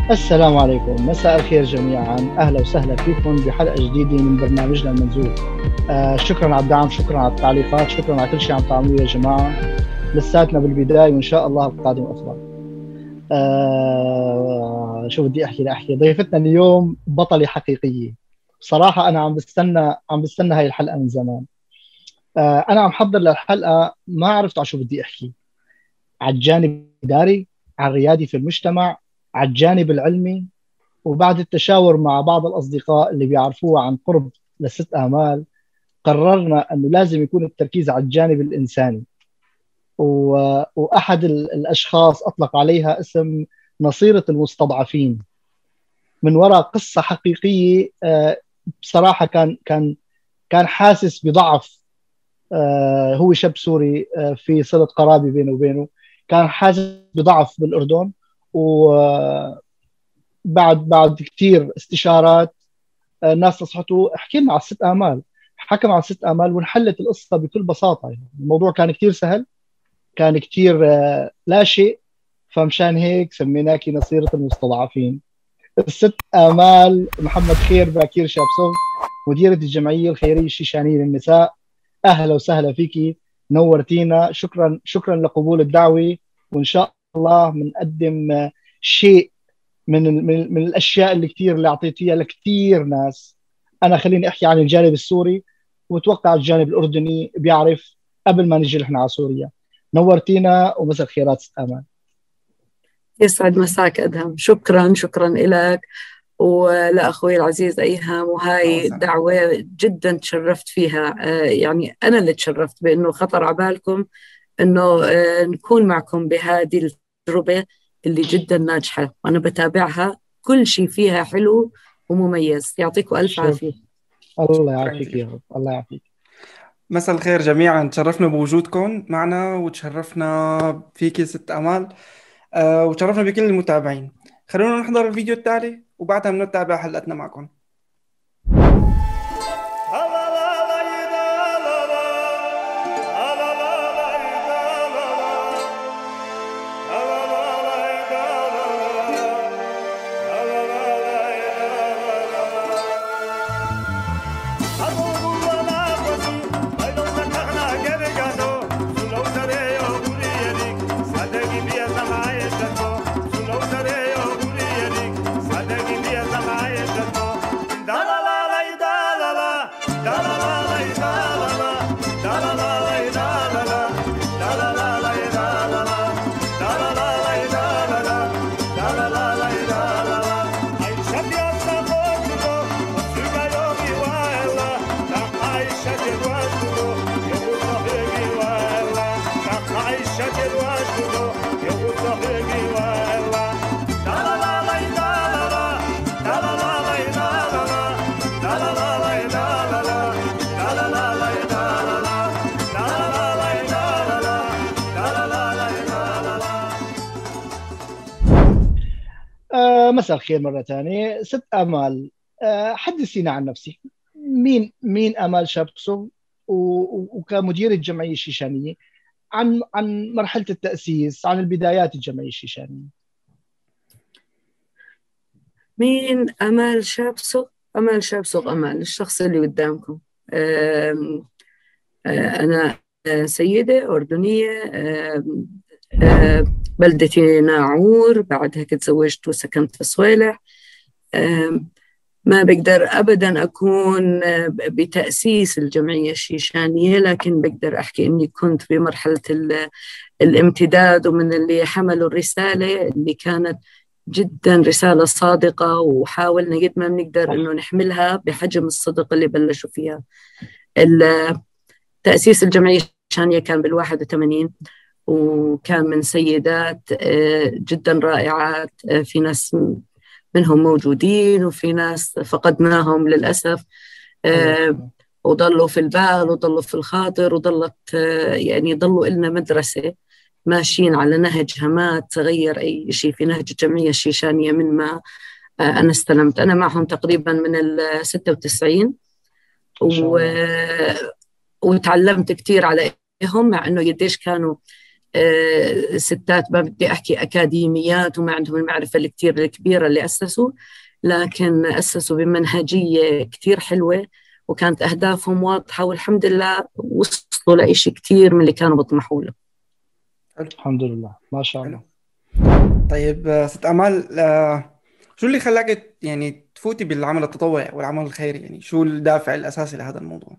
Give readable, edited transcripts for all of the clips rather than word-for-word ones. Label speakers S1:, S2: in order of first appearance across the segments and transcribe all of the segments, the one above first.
S1: السلام عليكم، مساء الخير جميعا. أهلا وسهلا فيكم بحلقة جديدة من برنامجنا المنزول. شكرا على الدعم، شكرا على التعليقات، شكرا على كل شيء عم تعملوه يا جماعة. لساتنا بالبداية وإن شاء الله القادم أفضل. شو بدي أحكي ضيفتنا اليوم بطلة حقيقية. بصراحة أنا عم بستنى هاي الحلقة من زمان. أنا عم حضر للحلقة، ما عرفت على شو بدي أحكي. على الجانب الإداري، على الريادي في المجتمع، على الجانب العلمي. وبعد التشاور مع بعض الأصدقاء اللي بيعرفوها عن قرب لست آمال، قررنا أنه لازم يكون التركيز على الجانب الإنساني. وأحد الأشخاص أطلق عليها اسم نصيرة المستضعفين، من وراء قصة حقيقية. بصراحة كان حاسس بضعف. هو شاب سوري، في صلة قرابة بينه وبينه. كان حاسس بضعف بالأردن، وبعد كثير استشارات الناس نصحته احكي لنا على الست آمال. حكى مع الست آمال وانحلت القصة بكل بساطة. يعني الموضوع كان كثير سهل، كان كثير لا شيء. فمشان هيك سميناكي نصيرة المستضعفين. الست آمال محمد خير باكير شابسوف، مديرة الجمعية الخيرية الشيشانية للنساء. أهلا وسهلا فيكي، نورتينا. شكرا لقبول الدعوة. وإن شاء الله بنقدم شيء من الاشياء اللي اعطيتيها لكثير ناس. انا خليني احكي عن الجانب السوري، واتوقع الجانب الاردني بيعرف قبل ما نجي نحن على سوريا. نورتينا ومساء الخيرات ست امان.
S2: يسعد مساك أدهم، شكرا لك ولأخوي العزيز أيهم، وهاي دعوة جدا تشرفت فيها. يعني أنا اللي تشرفت بأنه خطر عبالكم أنه نكون معكم بهذه التجربة اللي جدا ناجحة، وأنا بتابعها، كل شيء فيها حلو ومميز. يعطيكم ألف عافية.
S1: الله يعافيك يا رب، الله يعافيك.
S3: مساء الخير جميعا، تشرفنا بوجودكم معنا وتشرفنا فيك ست أمال. وتشرفنا بكل المتابعين. خلونا نحضر الفيديو التالي وبعدها بنتابع حلقتنا معكم.
S1: مساء الخير مرة ثانية ست آمال. حدثينا عن نفسك. مين آمال شابسوف؟ وكمديرة الجمعية الشيشانية، عن مرحلة التأسيس، عن البدايات الجمعية الشيشانية.
S2: مين أمال شابسوف؟ أمال الشخص اللي قدامكم. أنا سيدة أردنية، بلدتي ناعور، بعد هيك تزوجت وسكنت في صويلح. ما بقدر أبدا أكون بتأسيس الجمعية الشيشانية، لكن بقدر أحكي أني كنت بمرحلة الامتداد، ومن اللي حملوا الرسالة اللي كانت جدا رسالة صادقة، وحاولنا قد ما بنقدر أنه نحملها بحجم الصدق اللي بلشوا فيها. تأسيس الجمعية الشيشانية كان بال81، وكان من سيدات جدا رائعات. في ناس منهم موجودين وفي ناس فقدناهم للأسف، وضلوا في البال وضلوا في الخاطر، وضلت يعني ضلوا إلنا مدرسة ماشيين على نهجها، ما تغير أي شيء في نهج الجمعية الشيشانية من ما أنا استلمت. أنا معهم تقريبا من 96، وتعلمت كتير عليهم، مع أنه قديش كانوا ستات ما بدي أحكي أكاديميات وما عندهم المعرفة الكتير الكبيرة اللي أسسوا، لكن أسسوا بمنهجية كتير حلوة وكانت أهدافهم واضحة، والحمد لله وصلوا لإشي كتير من اللي كانوا بيطمحوا له.
S1: الحمد لله ما شاء الله.
S3: طيب ست أمال، شو اللي خلاك يعني تفوتي بالعمل التطوعي والعمل الخيري؟ يعني شو الدافع الأساسي لهذا الموضوع؟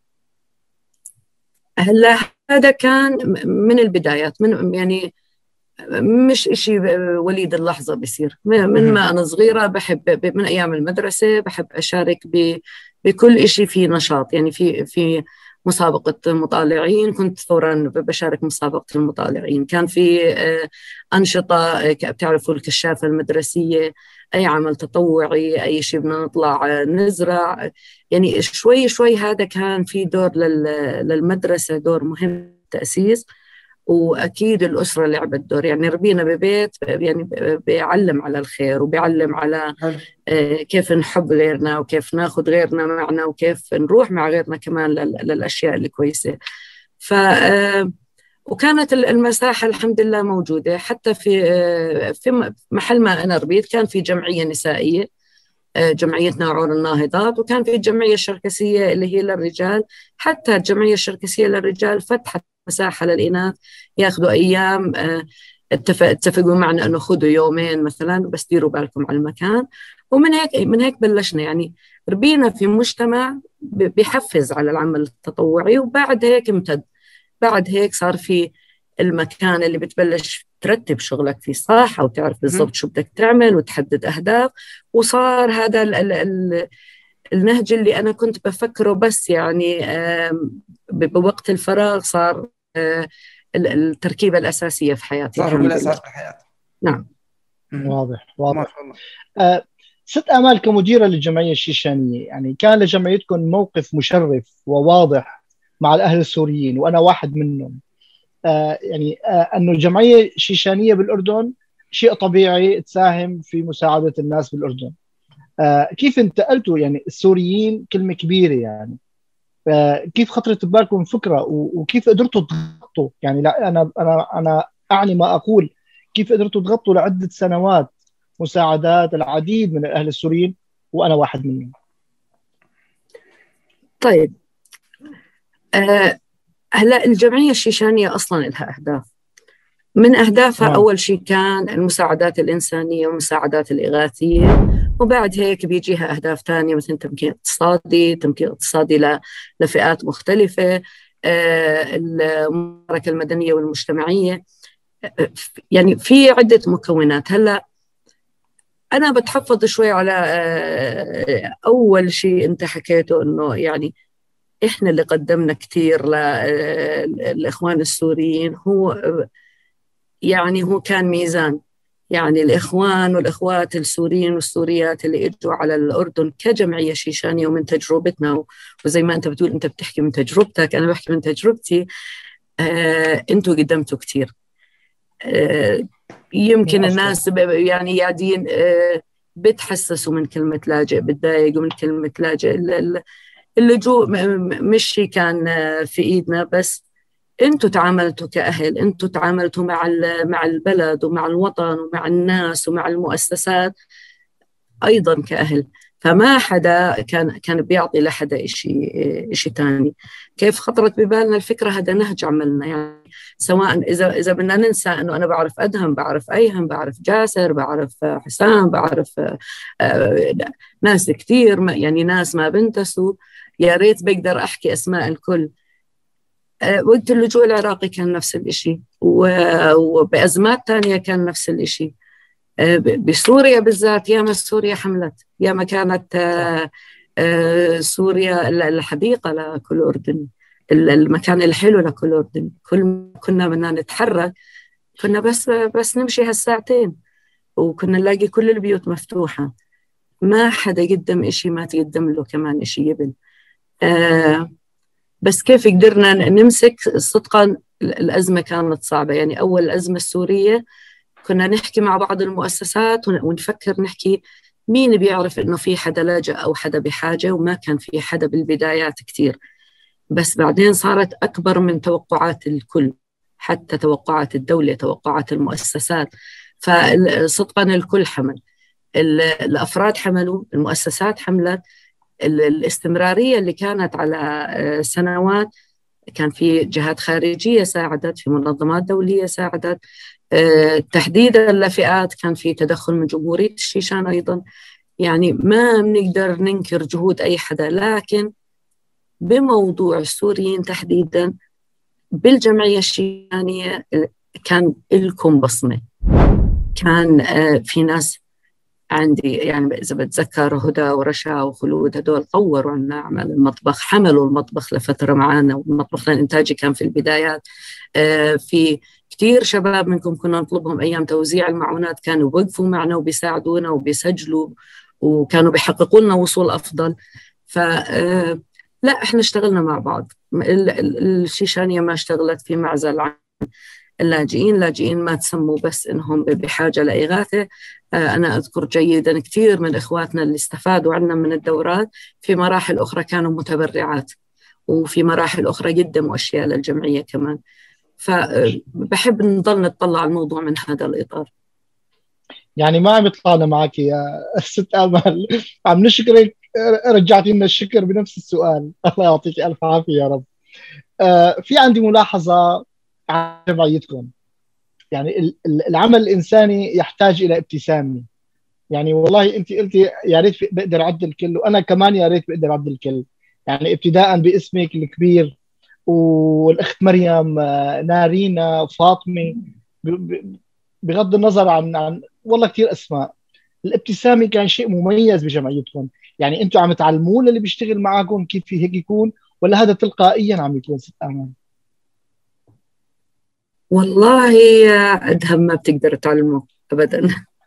S2: هلا هذا كان من البدايات، من يعني مش إشي وليد اللحظة بيصير، من ما أنا صغيرة بحب من أيام المدرسة بحب أشارك بكل إشي في نشاط، يعني في مسابقة مطالعين، كنت فورا بشارك مسابقة المطالعين، كان في أنشطة بتعرفوا الكشافة المدرسية، أي عمل تطوعي، أي شيء بدنا نطلع نزرع، يعني شوي شوي هذا كان في دور للمدرسة، دور مهم تأسيس. وأكيد الأسرة لعبت دور، يعني ربينا ببيت يعني بيعلم على الخير وبيعلم على كيف نحب غيرنا وكيف ناخذ غيرنا معنا وكيف نروح مع غيرنا كمان للأشياء الكويسة. وكانت المساحة الحمد لله موجودة، حتى في محل ما أنا ربيت كان في جمعية نسائية، جمعيتنا عون الناهضات، وكان في الجمعية الشركسية اللي هي للرجال، حتى الجمعية الشركسية للرجال فتحت مساحة للإناث ياخذوا أيام، اتفقوا معنا أنه خذوا يومين مثلا بس ديروا بالكم على المكان. ومن هيك بلشنا، يعني ربينا في مجتمع بيحفز على العمل التطوعي، وبعد هيك امتد، بعد هيك صار في المكان اللي بتبلش ترتب شغلك فيه صح وتعرف بالضبط شو بدك تعمل وتحدد أهداف، وصار هذا النهج اللي أنا كنت بفكره بس يعني بوقت الفراغ صار التركيبة الأساسية في حياتي.
S3: صار هو الأساس بالحياة.
S2: نعم.
S1: واضح
S3: ما شاء الله.
S1: ست آمال كمديرة للجمعية الشيشانية، يعني كان لجمعيتكم موقف مشرف وواضح مع الأهل السوريين وأنا واحد منهم. يعني أنه الجمعية الشيشانية بالأردن شيء طبيعي تساهم في مساعدة الناس بالأردن. كيف انتقلتوا يعني السوريين كلمة كبيرة يعني، كيف خطرت ببالكم فكرة وكيف قدرتوا تغطوا؟ يعني لا أنا أعني ما أقول، كيف قدرتوا تغطوا لعدة سنوات مساعدات العديد من الأهل السوريين وأنا واحد منهم؟
S2: طيب هلا الجمعية الشيشانية أصلا لها أهداف، من أهدافها أول شيء كان المساعدات الإنسانية والمساعدات الإغاثية، وبعد هيك بيجيها أهداف تانية مثل تمكين اقتصادي لفئات مختلفة، المشاركة المدنية والمجتمعية، يعني في عدة مكونات. هلا أنا بتحفظ شوي على أول شيء أنت حكيته، إنه يعني إحنا اللي قدمنا كثير للإخوان السوريين، هو كان ميزان، يعني الإخوان والإخوات السوريين والسوريات اللي إجوا على الأردن كجمعية شيشانية ومن تجربتنا، وزي ما أنت بتقول أنت بتحكي من تجربتك، أنا بحكي من تجربتي، أنتوا قدمتوا كتير. يمكن الناس يعني قاعدين بتحسسوا من كلمة لاجئ، بتضايقوا من كلمة لاجئ، اللجوء مش كان في إيدنا، بس انتوا تعاملتوا كأهل، انتوا تعاملتوا مع البلد ومع الوطن ومع الناس ومع المؤسسات أيضا كأهل، فما حدا كان بيعطي لحدا إشي تاني. كيف خطرت ببالنا الفكرة؟ هذا نهج عملنا، يعني سواء إذا بدنا ننسى أنه أنا بعرف أدهم، بعرف أيهم، بعرف جاسر، بعرف حسام، بعرف ناس كتير، يعني ناس ما بنتسوا، يا ريت بقدر أحكي أسماء الكل. وقت اللجوء العراقي كان نفس الإشي، وبأزمات تانية كان نفس الإشي. بسوريا بالذات ياما سوريا حملت، ياما كانت سوريا الحديقة لكل أردني، المكان الحلو لكل أردني، كل ما كنا بدنا نتحرك كنا بس نمشي هالساعتين وكنا نلاقي كل البيوت مفتوحة، ما حدا قدم إشي ما تقدم له كمان إشي يبن. بس كيف قدرنا نمسك صدقا؟ الأزمة كانت صعبة، يعني أول الأزمة السورية كنا نحكي مع بعض المؤسسات ونفكر نحكي مين بيعرف إنه في حدا لاجئ أو حدا بحاجة، وما كان في حدا بالبدايات كتير، بس بعدين صارت أكبر من توقعات الكل، حتى توقعات الدولة، توقعات المؤسسات. فصدقا الكل حمل، الأفراد حملوا، المؤسسات حملت. الاستمرارية اللي كانت على سنوات، كان في جهات خارجية ساعدت، في منظمات دولية ساعدت، تحديدا لفئات، كان في تدخل من جمهورية الشيشان أيضا. يعني ما بنقدر ننكر جهود أي حدا، لكن بموضوع السوريين تحديدا بالجمعية الشيشانية كان لكم بصمة. كان في ناس عندي، يعني إذا بتذكر هدى ورشا وخلود، هدول طوروا عنا عمل المطبخ، حملوا المطبخ لفترة معنا، والمطبخ الإنتاجي كان في البدايات. في كتير شباب منكم كنا نطلبهم أيام توزيع المعونات، كانوا وقفوا معنا وبيساعدونا وبيسجلوا، وكانوا بيحققوا لنا وصول أفضل. لا إحنا اشتغلنا مع بعض. الشيشانية ما اشتغلت في معزل عن اللاجئين ما تسموا بس إنهم بحاجة لإغاثة. أنا أذكر جيدا كثير من إخواتنا اللي استفادوا عنا من الدورات في مراحل أخرى كانوا متبرعات، وفي مراحل أخرى قدموا أشياء للجمعية كمان. فبحب نضل نطلع على الموضوع من هذا الإطار.
S1: يعني ما عم يطلعنا معك يا ست آمال، عم نشكرك، رجعتي لنا الشكر بنفس السؤال. الله يعطيك ألف عافية يا رب. في عندي ملاحظة عن جمعيتكم. يعني العمل الإنساني يحتاج إلى ابتسامة. يعني والله أنت قلتي يا ريت بقدر أعدل الكل، وأنا كمان يا ريت بقدر أعدل الكل. يعني ابتداء باسمك الكبير، والأخت مريم، نارينا، فاطمة، بغض النظر عن والله كثير أسماء. الابتسامة كان شيء مميز بجمعيتكم. يعني أنتم عم تعلمون اللي بيشتغل معكم كيف هيك يكون، ولا هذا تلقائيا عم يكون ست آمال؟
S2: والله أدهم ما بتقدر تعلمه أبدا.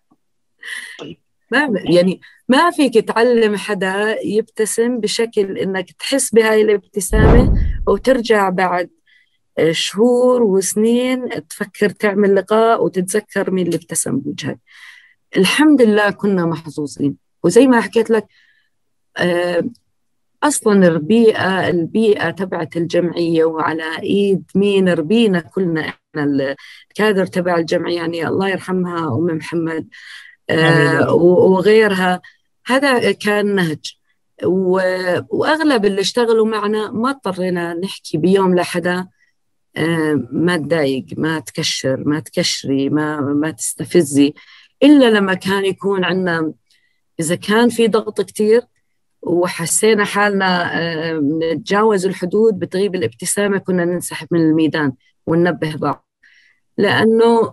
S2: يعني ما فيك تعلم حدا يبتسم بشكل إنك تحس بهاي الابتسامة وترجع بعد شهور وسنين تفكر تعمل لقاء وتتذكر مين اللي ابتسم بوجهك. الحمد لله كنا محظوظين. وزي ما حكيت لك، أصلاً البيئة تبعت الجمعية وعلى إيد مين ربينا كلنا إحنا الكادر تبع الجمعية، يعني الله يرحمها أم محمد وغيرها. هذا كان نهج، وأغلب اللي اشتغلوا معنا ما اضطرينا نحكي بيوم لحدا ما تضايق، ما تكشر، ما تكشري، ما تستفزي، إلا لما كان يكون عندنا، إذا كان في ضغط كتير وحسينا حالنا نتجاوز الحدود بتغيب الابتسامة، كنا ننسحب من الميدان وننبه بعض. لأنه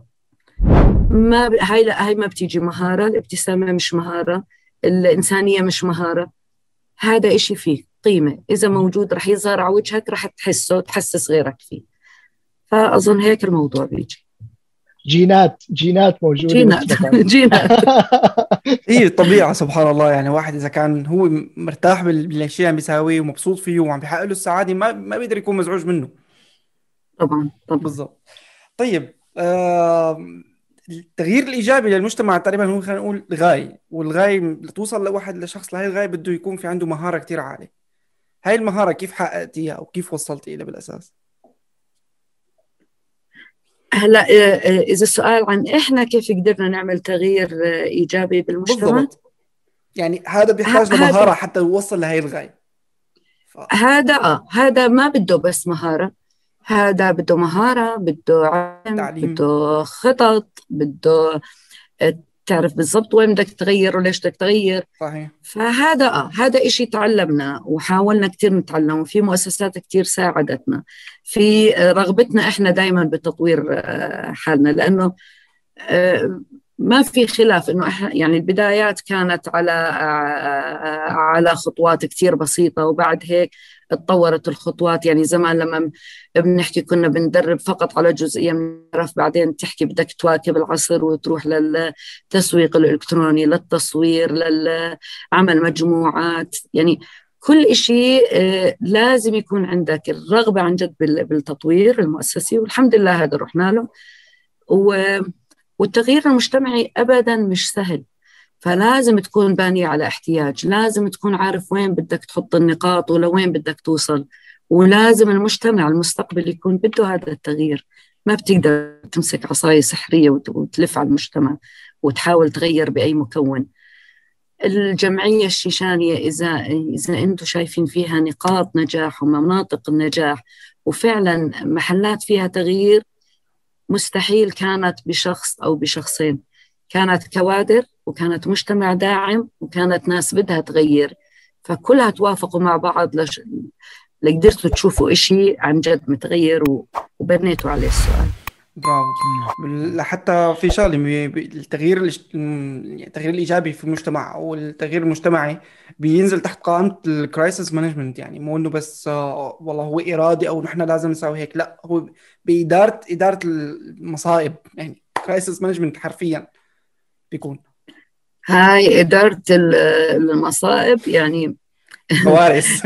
S2: هاي ما بتيجي مهارة، الابتسامة مش مهارة، الإنسانية مش مهارة، هذا إشي فيه قيمة، إذا موجود رح يظهر على وجهك، رح تحسه، تحسس غيرك فيه. فأظن هيك الموضوع بيجي
S1: جينات موجودة.
S2: جينات
S3: هي الطبيعة سبحان الله. يعني واحد إذا كان هو مرتاح بالشيء اللي بيساويه ومبسوط فيه وعم بيحقق له السعادة، ما بيقدر يكون مزعوج منه.
S2: طبعا.
S3: بالضبط. طيب، التغيير الإيجابي للمجتمع تقريبا هو، خلينا نقول، غاية، والغاية لتوصل لشخص لهي الغاية بده يكون في عنده مهارة كتير عالية. هاي المهارة كيف حققتيها أو كيف وصلتي إليها بالأساس؟
S2: هلا إذا السؤال عن إحنا كيف قدرنا نعمل تغيير إيجابي بالمجتمع،
S3: بالضبط. يعني هذا بيحتاج لمهارة حتى يوصل لهي الغاية.
S2: هذا ما بده بس مهارة، هذا بده مهارة، بده علم،
S3: تعليم،
S2: بده خطط، بده تعرف بالضبط وين بدك تغير وليش بدك تغير.
S3: صحيح.
S2: هذا إشي تعلمنا وحاولنا كتير نتعلم، وفي مؤسسات كتير ساعدتنا في رغبتنا إحنا دايما بتطوير حالنا. لأنه ما في خلاف إنه إحنا يعني البدايات كانت على خطوات كتير بسيطة، وبعد هيك اتطورت الخطوات. يعني زمان لما بنحكي كنا بندرب فقط على جزئية من الطرف، بعدين تحكي بدك تواكب العصر وتروح للتسويق الإلكتروني، للتصوير، للعمل مجموعات. يعني كل إشي لازم يكون عندك الرغبة عن جد بالتطوير المؤسسي، والحمد لله هذا رحنا له. والتغيير المجتمعي أبداً مش سهل، فلازم تكون باني على احتياج، لازم تكون عارف وين بدك تحط النقاط ولوين بدك توصل، ولازم المجتمع المستقبل يكون بده هذا التغيير. ما بتقدر تمسك عصاية سحرية وتلف على المجتمع وتحاول تغير بأي مكون. الجمعية الشيشانية إذا أنتم شايفين فيها نقاط نجاح ومناطق النجاح وفعلا محلات فيها تغيير، مستحيل كانت بشخص أو بشخصين، كانت كوادر وكانت مجتمع داعم وكانت ناس بدها تغير، فكلها توافقوا مع بعض لقدرتوا تشوفوا إشي عن جد متغير وبنيتوا عليه السؤال.
S3: برافو. حتى في شغله التغيير التغيير الايجابي في المجتمع او التغيير المجتمعي بينزل تحت قائمه الكرايسيس مانجمنت، يعني مو انه بس والله هو ارادي او نحن لازم نسوي هيك، لا هو باداره المصائب، يعني كرايسيس مانجمنت حرفيا بيكون
S2: هاي إدارة المصائب يعني
S3: كوارث.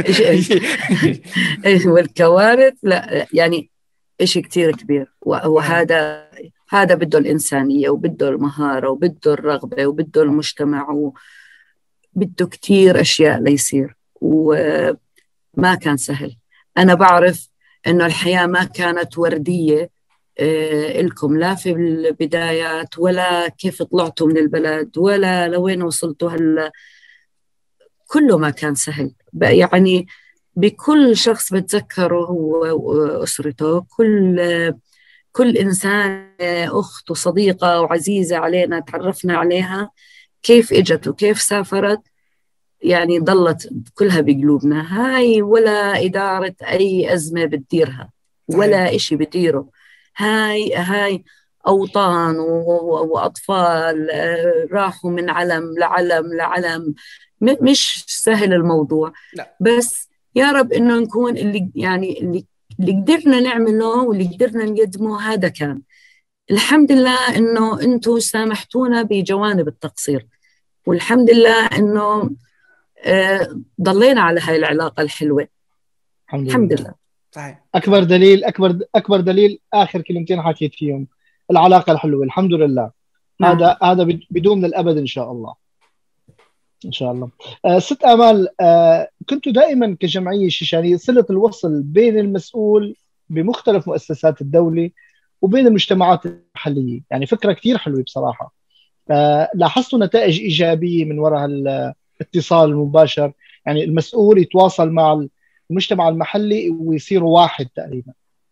S2: والكوارث، لا يعني إشي كتير كبير، وهذا بده الإنسانية وبده المهارة وبده الرغبة وبده المجتمع وبده كتير أشياء ليصير، وما كان سهل. أنا بعرف إنه الحياة ما كانت وردية لكم، لا في البدايات ولا كيف طلعتوا من البلد ولا لوين وصلتوا هلا، كله ما كان سهل. يعني بكل شخص بتذكره هو وأسرته، كل إنسان أخت وصديقة وعزيزة علينا تعرفنا عليها كيف إجت وكيف سافرت، يعني ضلت كلها بقلوبنا. هاي ولا إدارة أي أزمة بتديرها ولا إشي بتديره، هاي أوطان وأطفال راحوا من علم لعلم. مش سهل الموضوع.
S3: لا.
S2: بس يا رب إنه نكون اللي قدرنا نعمله واللي قدرنا نقدمه هذا كان. الحمد لله إنه أنتوا سامحتونا بجوانب التقصير، والحمد لله إنه ضلينا على هاي العلاقة الحلوة. الحمد لله.
S3: صحيح.
S1: أكبر دليل آخر كلمتين حكيت فيهم، العلاقة الحلوة، الحمد لله. هذا بدوم للأبد إن شاء الله. إن شاء الله. ست آمال، كنتوا دائما كجمعية شيشانية صلة الوصل بين المسؤول بمختلف مؤسسات الدولة وبين المجتمعات المحلية، يعني فكرة كتير حلوة بصراحة. لاحظتوا نتائج إيجابية من وراء الاتصال المباشر، يعني المسؤول يتواصل مع المجتمع المحلي ويصيروا واحد تقريبا؟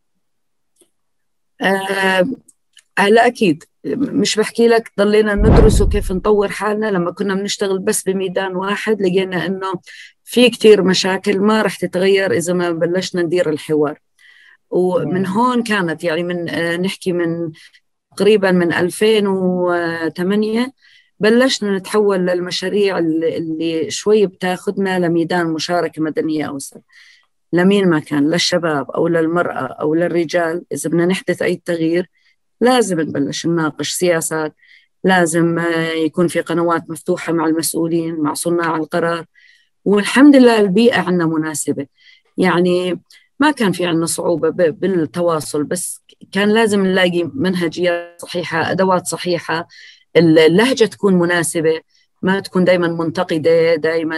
S2: لا أكيد، مش بحكي لك ضلينا ندرس وكيف نطور حالنا. لما كنا بنشتغل بس بميدان واحد لقينا إنه في كتير مشاكل ما رح تتغير إذا ما بلشنا ندير الحوار. ومن هون كانت يعني من نحكي من تقريبا من 2008 بلشنا نتحول للمشاريع اللي شوي بتاخدنا لميدان مشاركة مدنية أوسع، لمين ما كان، للشباب أو للمرأة أو للرجال. إذا بدنا نحدث أي تغيير لازم نبلش نناقش سياسات، لازم يكون في قنوات مفتوحة مع المسؤولين مع صناع القرار. والحمد لله البيئة عندنا مناسبة، يعني ما كان في عندنا صعوبة بالتواصل، بس كان لازم نلاقي منهجيات صحيحة، أدوات صحيحة، اللهجة تكون مناسبة، ما تكون دايما منتقدة، دايما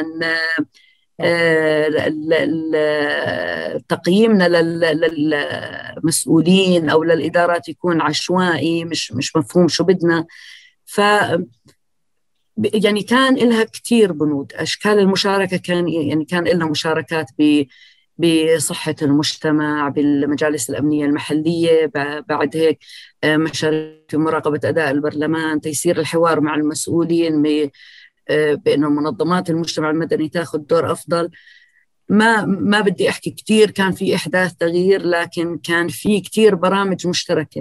S2: تقييمنا للمسؤولين أو للإدارات يكون عشوائي، مش مفهوم شو بدنا. يعني كان لها كتير بنود أشكال المشاركة، كان لنا مشاركات بصحة المجتمع، بالمجالس الأمنية المحلية، بعد هيك مشاركة في مراقبة أداء البرلمان، تيسير الحوار مع المسؤولين، بأنه منظمات المجتمع المدني تاخذ دور أفضل. ما بدي أحكي كتير كان في إحداث تغيير، لكن كان في كتير برامج مشتركة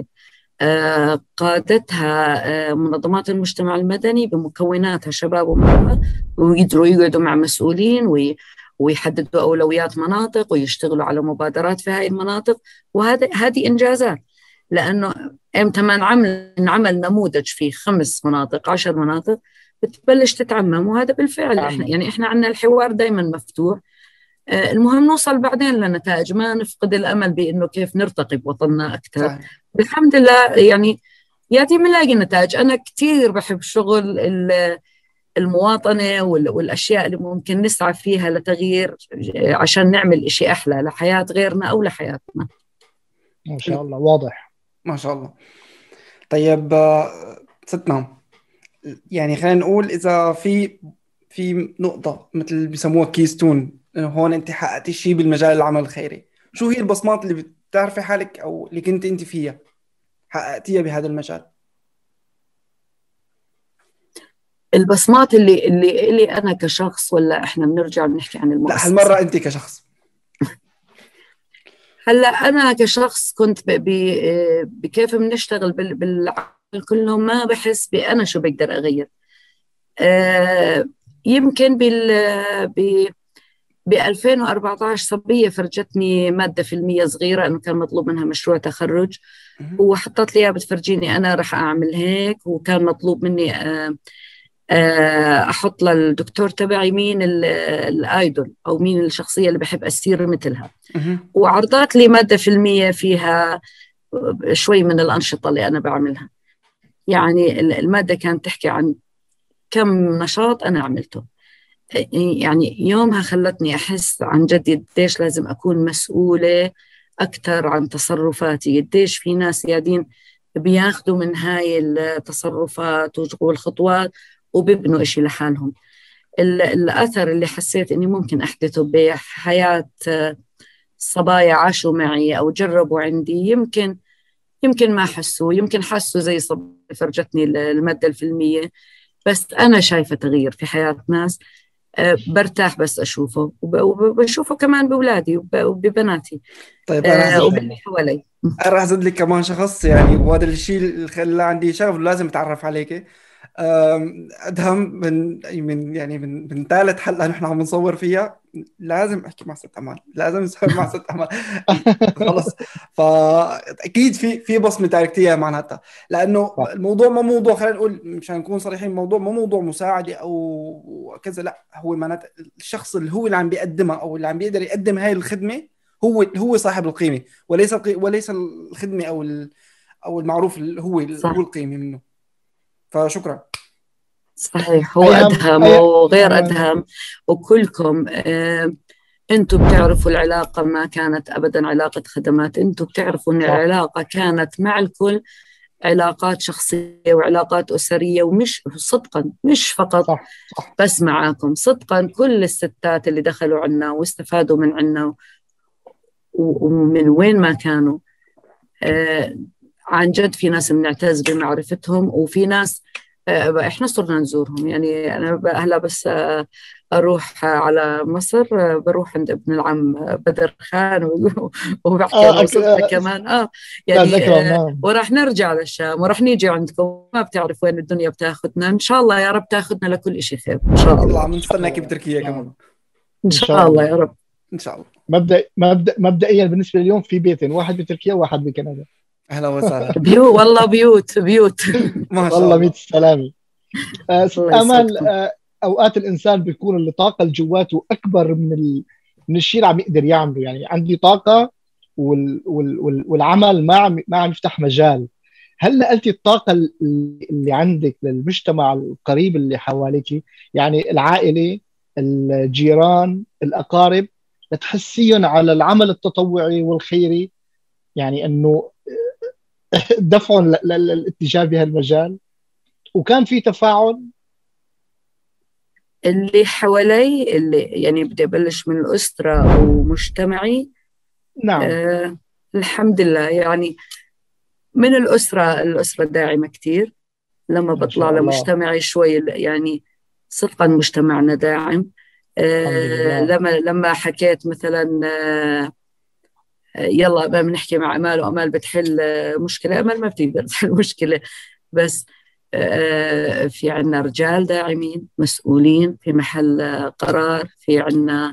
S2: قادتها منظمات المجتمع المدني بمكوناتها شباب ومرأة، ويقدروا يقعدوا مع مسؤولين ويحددوا أولويات مناطق ويشتغلوا على مبادرات في هاي المناطق. هذه إنجازات، لأنه إمتى ما نعمل نموذج في 5 مناطق 10 مناطق بتبلش تتعمم، وهذا بالفعل إحنا عندنا الحوار دائما مفتوح. المهم نوصل بعدين لنتائج، ما نفقد الأمل بأنه كيف نرتقي بوطننا أكثر. بالحمد لله يعني ياتي بنلاقي نتائج. أنا كتير بحب شغل المواطنة والأشياء اللي ممكن نسعى فيها لتغيير عشان نعمل إشي أحلى لحياة غيرنا أو لحياتنا.
S1: ما شاء الله، واضح
S3: ما شاء الله. طيب ست نعم، يعني خلينا نقول إذا في نقطة مثل بيسموها كيستون، هون أنت حققتي شيء بالمجال العمل الخيري، شو هي البصمات اللي بتعرفي حالك أو اللي كنت أنت فيها حققتيها بهذا المجال؟
S2: البصمات اللي أنا كشخص، ولا إحنا بنرجع بنحكي عن
S3: لا،
S2: المؤسسة؟
S3: هالمرة أنت كشخص.
S2: هلا أنا كشخص كنت بكيف بنشتغل بالعمل كله، ما بحس بأنا شو بقدر أغير. يمكن ب 2014 صبية فرجتني مادة فيلمية صغيرة، إنه كان مطلوب منها مشروع تخرج، وحطت لي إياها بتفرجيني أنا رح أعمل هيك، وكان مطلوب مني أحط للدكتور تبعي مين الآيدول أو مين الشخصية اللي بحب أصير مثلها. وعرضت لي مادة فيلمية فيها شوي من الأنشطة اللي أنا بعملها. يعني المادة كانت تحكي عن كم نشاط أنا عملته. يعني يومها خلتني أحس عن جد قديش لازم أكون مسؤولة أكثر عن تصرفاتي، قديش في ناس قاعدين بياخدوا من هاي التصرفات والخطوات وبيبنوا إشي لحالهم. الأثر اللي حسيت إني ممكن أحدثه بحياة صبايا عاشوا معي أو جربوا عندي، يمكن ما حسوا، يمكن حسوا زي صبايا فرجتني المادة الفيلمية، بس أنا شايفة تغيير في حياة ناس. برتاح بس أشوفه، وبشوفه كمان بأولادي وببناتي
S3: طيب أنا
S2: وباللي حوالي.
S3: راح أزيد لك كمان شخص، يعني وهذا الشيء اللي خلى عندي شغف لازم أتعرف عليك. أدهم من يعني من ثالث حلقة نحن عم نصور فيها، لازم أحكي مع ست أمال، لازم أسوي مع ست أمال. خلص، فأكيد في بصمة تاركتيها معناتها، لأنه
S1: صح.
S3: الموضوع ما موضوع، خلينا نقول مشان نكون صريحين، الموضوع ما موضوع مساعدة أو كذا، لا، هو معناتها الشخص اللي عم بيقدمها أو اللي عم بيقدر يقدم هاي الخدمة هو صاحب القيمة، وليس الخدمة أو المعروف اللي هو
S2: صح،
S3: القيمة منه. فشكرا.
S2: صحيح. هو
S1: ايام
S2: أدهم وغير أدهم وكلكم. أنتوا بتعرفوا العلاقة ما كانت أبدا علاقة خدمات، أنتوا بتعرفوا أن
S1: صح
S2: العلاقة كانت مع الكل علاقات شخصية وعلاقات أسرية، ومش صدقا، مش فقط
S1: صح صح
S2: بس معاكم، صدقا كل الستات اللي دخلوا عنا واستفادوا من عنا ومن وين ما كانوا. عن جد في ناس بنعتز بمعرفتهم، وفي ناس احنا صرنا نزورهم. يعني انا هلا بس اروح على مصر، بروح عند ابن العم بدر خان وبحكي انا وصلت كمان
S1: أستاذ
S2: يعني
S1: أكرم، نعم.
S2: وراح نرجع للشام وراح نيجي عندكم. ما بتعرف وين الدنيا بتاخذنا، ان شاء الله يا رب تاخذنا لكل شيء خير ان شاء
S3: الله
S2: الله.
S3: عم نستناك بتركيا كمان.
S2: ان
S1: إن
S2: شاء
S1: شاء
S2: الله
S1: الله.
S2: يا رب.
S3: إن شاء الله.
S1: مبدئيا بالنسبة لليوم في بيتين، واحد بتركيا وواحد بكندا.
S3: أهلا وسهلا.
S2: والله بيوت.
S3: ما شاء
S1: والله
S3: الله.
S1: 100 سلامة. ست
S2: الله
S1: آمال،
S2: يسعدكم.
S1: أوقات الإنسان بيكون الطاقة اللي جواته أكبر من الشيء اللي عم يقدر يعمله. يعني عندي طاقة والعمل ما عم يفتح مجال. هل نقلتي الطاقة اللي عندك للمجتمع القريب اللي حواليك، يعني العائلة، الجيران، الأقارب، لتحسيهم على العمل التطوعي والخيري، يعني أنه دفعهم للاتجاه بهالمجال، وكان في تفاعل؟
S2: اللي حوالي، اللي يعني بدي أبلش من الأسرة ومجتمعي.
S1: نعم.
S2: الحمد لله. يعني من الأسرة داعمة كتير. لما
S1: ما
S2: بطلع
S1: شاء الله.
S2: لمجتمعي شوي، يعني صدقا مجتمعنا داعم.
S1: الحمد لله.
S2: لما حكيت مثلا يلا ما بنحكي مع أمال وأمال بتحل مشكلة، أمال ما بتقدر تحل مشكلة، بس في عنا رجال داعمين مسؤولين في محل قرار، في عنا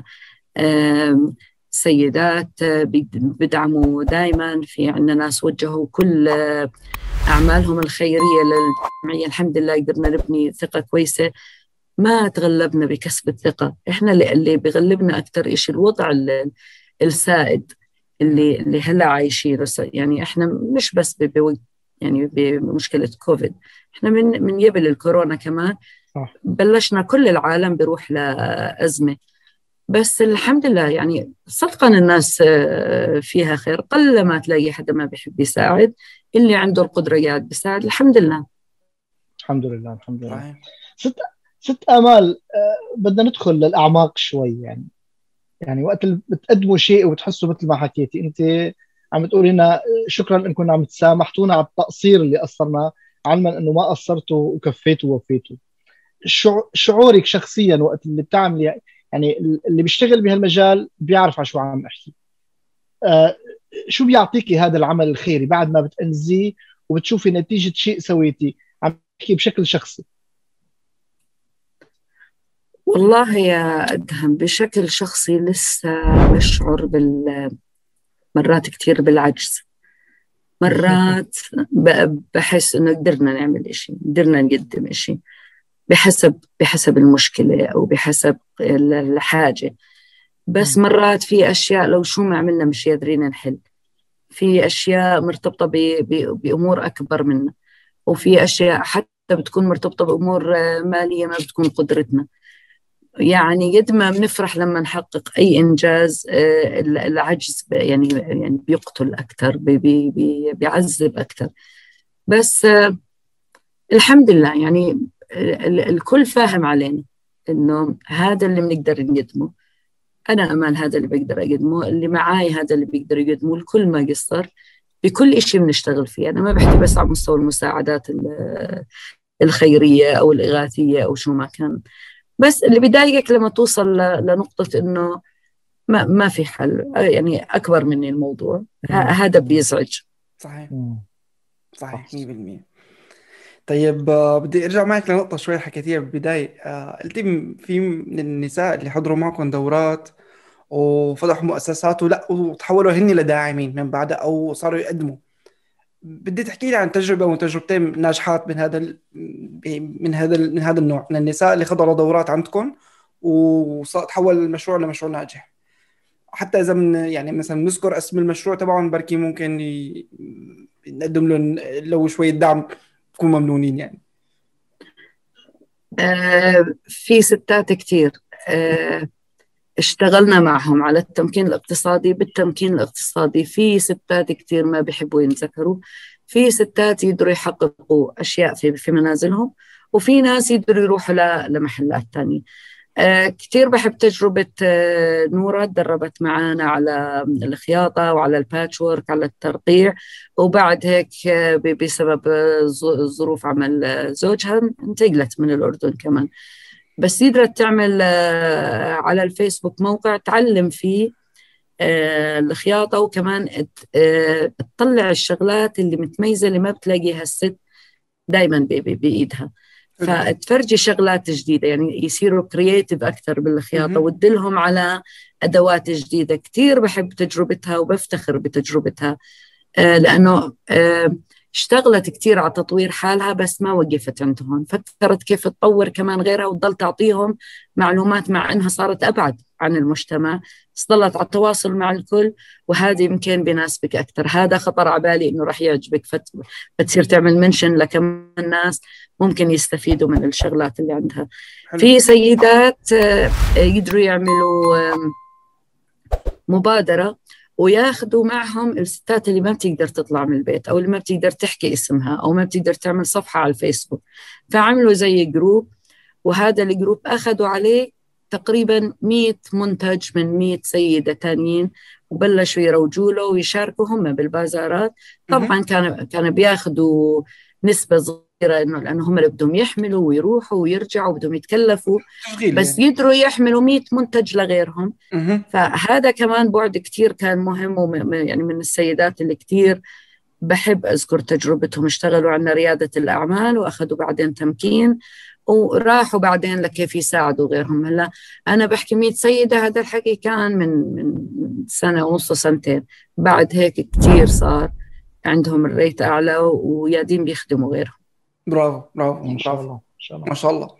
S2: سيدات بدعموا دائما، في عنا ناس وجهوا كل أعمالهم الخيرية للجمعية. الحمد لله قدرنا نبني ثقة كويسة. ما تغلبنا بكسب الثقة، إحنا اللي بيغلبنا أكثر إشي الوضع السائد اللي هلا عايشينه. يعني إحنا مش بس يعني بمشكلة كوفيد، إحنا من قبل الكورونا كمان
S1: صح.
S2: بلشنا كل العالم بيروح لأزمة. بس الحمد لله يعني صدقا الناس فيها خير، قل ما تلاقي حدا ما بيحب يساعد. اللي عنده القدرة قاعد بيساعد. الحمد لله.
S1: الحمد لله الحمد لله. ست آمال، بدنا ندخل للأعماق شوي. يعني وقت اللي بتقدموا شيء وبتحسوا مثل ما حكيتي انت، عم تقولي لنا شكرا انكم عم تسامحتونا على التقصير اللي قصرنا، علما انه ما قصرتوا وكفيتوا ووفيتوا. شعورك شخصيا وقت اللي بتعملي، يعني اللي بيشتغل بهالمجال بيعرف على شو عم احكي، شو بيعطيكي هذا العمل الخيري بعد ما بتأنزيه وبتشوفي نتيجة شيء سويتي؟ عم بحكي بشكل شخصي.
S2: والله يا أدهم بشكل شخصي لسه بشعر مرات كثير بالعجز. مرات بحس إنه قدرنا نعمل إشي، قدرنا نقدم إشي بحسب المشكلة أو بحسب الحاجة. بس مرات في أشياء لو شو ما عملنا مش قادرين نحل. في أشياء مرتبطة بأمور أكبر منا، وفي أشياء حتى بتكون مرتبطة بأمور مالية ما بتكون قدرتنا. يعني قد ما بنفرح لما نحقق أي إنجاز، العجز يعني بيقتل أكثر، بيعذب أكثر. بس الحمد لله يعني الكل فاهم علينا إنه هذا اللي بنقدر نقدمه. أنا أمال هذا اللي بقدر أقدمه، اللي معاي هذا اللي بيقدر يقدمه. الكل ما قصر بكل إشي بنشتغل فيه. أنا ما بحكي بس على مستوى المساعدات الخيرية أو الإغاثية أو شو ما كان، بس اللي بيضايقك لما توصل لنقطة إنه ما في حل، يعني أكبر مني الموضوع. هذا بيزعج.
S3: صحيح صحيح 100%. طيب بدي ارجع معك لنقطة شوي حكيتيها بالبداية. قلتي في من النساء اللي حضروا معكم دورات وفتحوا مؤسسات وتحولوا هن لداعمين من بعدها او صاروا يقدموا. بدي تحكي لي عن تجربة وتجربتين ناجحات من هذا النوع من النساء اللي خضروا دورات عندكم وتحول المشروع لمشروع ناجح. حتى اذا يعني مثلا نذكر اسم المشروع تبعهم بركي ممكن نقدم لو شوية دعم، تكون ممنونين يعني.
S2: في ستات كتير اشتغلنا معهم على التمكين الاقتصادي. بالتمكين الاقتصادي في ستات كتير ما بيحبوا ينذكروا، في ستات يقدروا يحققوا أشياء في منازلهم، وفي ناس يقدروا يروحوا لمحلات تانية. كتير بحب تجربة نورة، تدربت معانا على الخياطة وعلى الباتشورك على الترقيع، وبعد هيك بسبب ظروف عمل زوجها انتقلت من الأردن كمان. بس قدرت تعمل على الفيسبوك موقع تعلم فيه الخياطة، وكمان تطلع الشغلات اللي متميزة اللي ما بتلاقيها الست دايما بإيدها، فتفرجي شغلات جديدة، يعني يصيروا كرياتيف أكثر بالخياطة وتدلهم على أدوات جديدة. كتير بحب تجربتها وبفتخر بتجربتها، لأنه اشتغلت كتير على تطوير حالها بس ما وقفت عندهم، فكرت كيف تطور كمان غيرها وتضل تعطيهم معلومات، مع أنها صارت أبعد عن المجتمع، ظلت على التواصل مع الكل. وهذا يمكن بيناسبك أكثر، هذا خطر على بالي إنه رح يعجبك، فتصير تعمل منشن لكمان ناس ممكن يستفيدوا من الشغلات اللي عندها. في سيدات يقدروا يعملوا مبادرة وياخدوا معهم الستات اللي ما بتقدر تطلع من البيت أو اللي ما بتقدر تحكي اسمها أو ما بتقدر تعمل صفحة على الفيسبوك، فعملوا زي جروب، وهذا الجروب أخذوا عليه تقريبا 100 منتج من 100 سيدة تانيين، وبلشوا يروجوا له ويشاركوا هم بالبازارات. طبعا كانوا بياخدوا نسبة صغيرة لأنه هم اللي بدهم يحملوا ويروحوا ويرجعوا وبدهم يتكلفوا، بس يقدروا يحملوا 100 منتج لغيرهم. فهذا كمان بعد كتير كان مهم، يعني من السيدات اللي كتير بحب أذكر تجربتهم. اشتغلوا عنا ريادة الأعمال وأخذوا بعدين تمكين وراحوا بعدين لكيف يساعدوا غيرهم. هلا أنا بحكي 100 سيدة، هذا الحكي كان من سنة ونص سنتين، بعد هيك كتير صار عندهم الريت أعلى ويادين بيخدموا غيرهم.
S3: برافو برافو
S1: ما شاء الله
S3: ما شاء الله.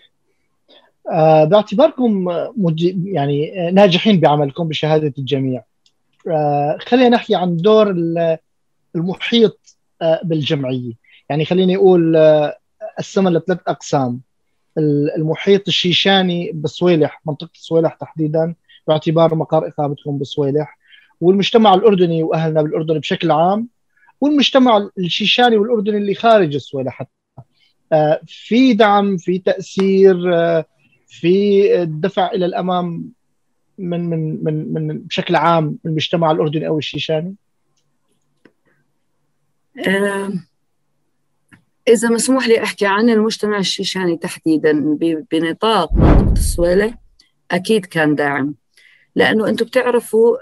S1: باعتباركم يعني ناجحين بعملكم بشهادة الجميع، خلينا نحكي عن دور المحيط بالجمعية. يعني خليني أقول قسمها لثلاث أقسام: المحيط الشيشاني بصويلح، منطقة صويلح تحديدا باعتبار مقر إقامتكم بصويلح، والمجتمع الأردني وأهلنا بالأردن بشكل عام، والمجتمع الشيشاني والأردني اللي خارج السويلة حتى. في دعم، في تأثير، في الدفع إلى الأمام من بشكل عام المجتمع الأردني أو الشيشاني؟
S2: إذا مسموح لي أحكي عن المجتمع الشيشاني تحديداً بنطاق منطقة السويلة، أكيد كان داعم، لأنه أنتم بتعرفوا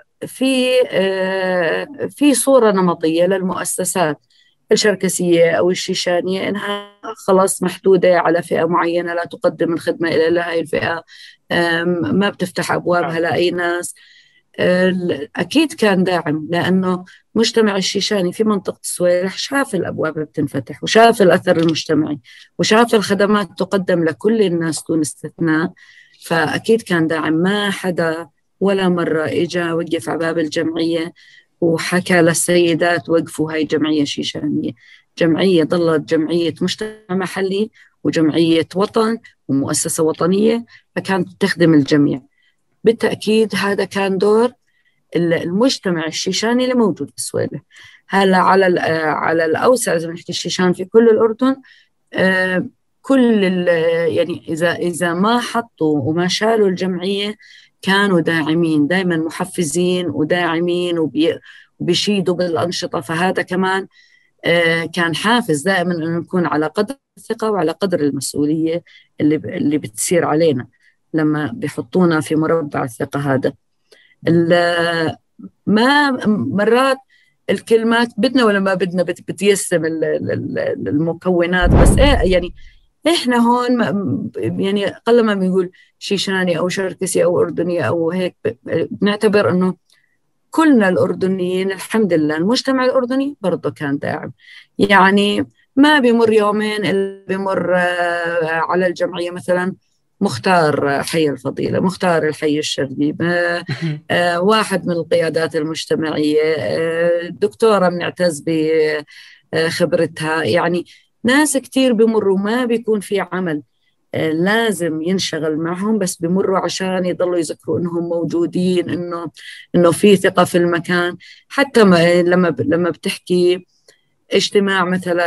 S2: في صورة نمطية للمؤسسات الشركسية أو الشيشانية إنها خلاص محدودة على فئة معينة، لا تقدم الخدمة إلى هاي الفئة، ما بتفتح أبوابها لأي ناس. أكيد كان داعم، لأنه مجتمع الشيشاني في منطقة السويلح شاف الأبواب بتنفتح، وشاف الأثر المجتمعي، وشاف الخدمات تقدم لكل الناس دون استثناء. فأكيد كان داعم. ما حدا ولا مرة إجا وقف على باب الجمعية وحكى للسيدات وقفوا هاي جمعية شيشانية. جمعية ظلت جمعية مجتمع محلي وجمعية وطن ومؤسسة وطنية، فكانت تخدم الجميع. بالتأكيد هذا كان دور المجتمع الشيشاني اللي موجود في السويلة. هلا على الأوسع إذا بنحكي الشيشان في كل الأردن، كل يعني إذا ما حطوا وما شالوا الجمعية كانوا داعمين، دائما محفزين وداعمين وبيشيدوا بالأنشطة. فهذا كمان كان حافز دائما أن نكون على قدر الثقة وعلى قدر المسؤولية اللي بتصير علينا لما بيحطونا في مربع الثقة هذا. ما مرات الكلمات بدنا ولا ما بدنا بتيسم المكونات، بس يعني إحنا هون يعني قلما بنقول شيشاني أو شركسي أو أردني أو هيك، بنعتبر أنه كلنا الأردنيين الحمد لله. المجتمع الأردني برضه كان داعم، يعني ما بيمر يومين إلا بيمر على الجمعية مثلا مختار حي الفضيلة، مختار الحي الشرقي، واحد من القيادات المجتمعية، دكتورة بنعتز بخبرتها. يعني ناس كتير بيمروا، ما بيكون في عمل لازم ينشغل معهم، بس بمروا عشان يضلوا يذكروا انهم موجودين، انه في ثقة في المكان. حتى لما بتحكي اجتماع مثلا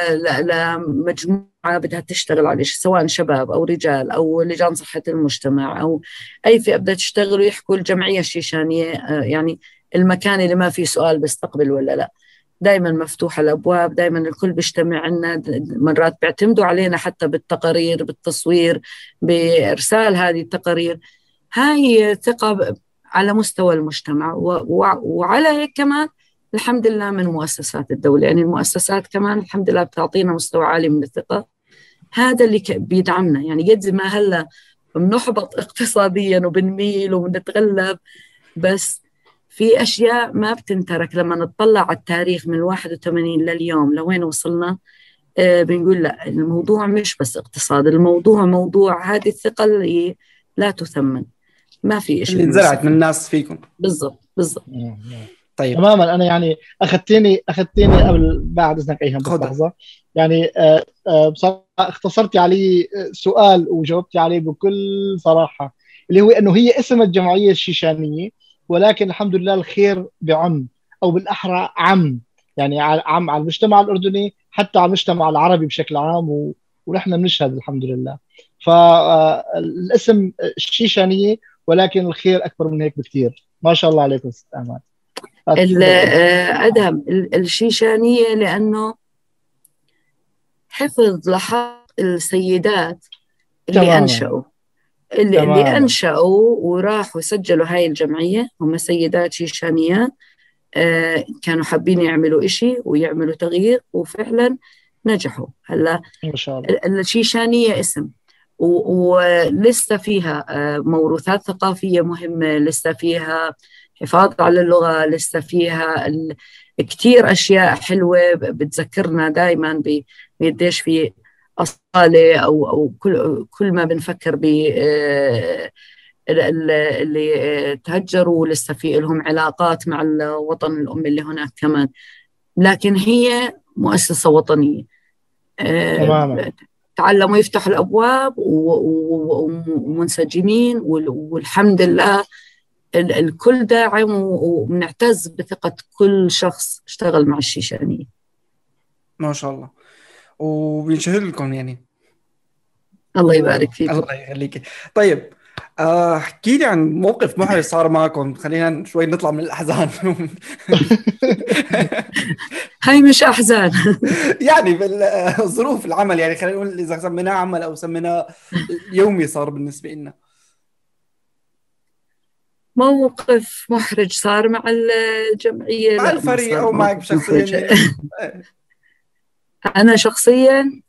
S2: لمجموعة بدها تشتغل على شيء، سواء شباب أو رجال أو لجان صحة المجتمع أو أي فئة بدها تشتغل، ويحكوا الجمعية الشيشانية، يعني المكان اللي ما فيه سؤال بيستقبل ولا لا، دائما مفتوحة الأبواب، دائما الكل بيجتمع عنا. مرات بيعتمدوا علينا حتى بالتقارير، بالتصوير، بإرسال هذه التقارير. هاي ثقة على مستوى المجتمع، وعلى هيك كمان الحمد لله من مؤسسات الدولة، يعني المؤسسات كمان الحمد لله بتعطينا مستوى عالي من الثقة. هذا اللي بيدعمنا. يعني قد ما هلا بنحبط اقتصاديا وبنميل وبنتغلب، بس في أشياء ما بتنترك. لما نطلع على التاريخ من 81 لليوم لوين وصلنا، بنقول لا، الموضوع مش بس اقتصاد، الموضوع موضوع هذه الثقة اللي لا تثمن. ما في شيء
S3: اللي انزرعت من الناس فيكم.
S2: بالضبط.
S3: طيب
S1: تماما. انا يعني اخذتني قبل، بعد اذنك ايهم بس لحظه. يعني بصراحه اختصرتي علي سؤال وجاوبتي عليه بكل صراحه، اللي هو انه هي اسم الجمعيه الشيشانيه، ولكن الحمد لله الخير بعم، او بالاحرى عم، يعني عم على المجتمع الاردني، حتى على المجتمع العربي بشكل عام، ونحن بنشهد الحمد لله. فالاسم الشيشانيه، ولكن الخير اكبر من هيك بكثير. ما شاء الله عليكم ست امان.
S2: أدهم الشيشانية لأنه حفظ لحق السيدات اللي
S1: تماما.
S2: أنشأوا، اللي أنشأوا وراحوا سجلوا هاي الجمعية، هم سيدات شيشانيات كانوا حابين يعملوا إشي ويعملوا تغيير، وفعلا نجحوا. هلا
S1: ما شاء الله.
S2: الشيشانية اسم، ولسه فيها موروثات ثقافية مهمة، لسه فيها حفاظ على اللغة، لسه فيها كتير أشياء حلوة بتذكرنا دائما بقديش في أصالة، أو كل ما بنفكر ب اللي تهجروا لسه في لهم علاقات مع الوطن الأم اللي هناك كمان. لكن هي مؤسسة وطنية،
S1: تماما.
S2: تعلموا يفتحوا الأبواب ومنسجمين، والحمد لله الكل داعم، وبنعتز بثقة كل شخص اشتغل مع الشيشانية.
S3: ما شاء الله، وبينشهر لكم يعني.
S2: الله يبارك فيكم.
S3: الله يخليك. طيب احكي لي عن موقف محرج صار معكم، خلينا شوي نطلع من الأحزان.
S2: هاي مش أحزان.
S3: يعني بالظروف العمل، يعني خلينا نقول إذا سميناه عمل أو سميناه يومي صار بالنسبة لنا.
S2: موقف محرج صار مع الجمعية؟
S3: مع
S2: لا، ما
S3: الفريق
S2: صار
S3: أو معك
S2: موقف
S3: شخصيا
S2: محرج.
S3: يعني.
S2: أنا شخصيا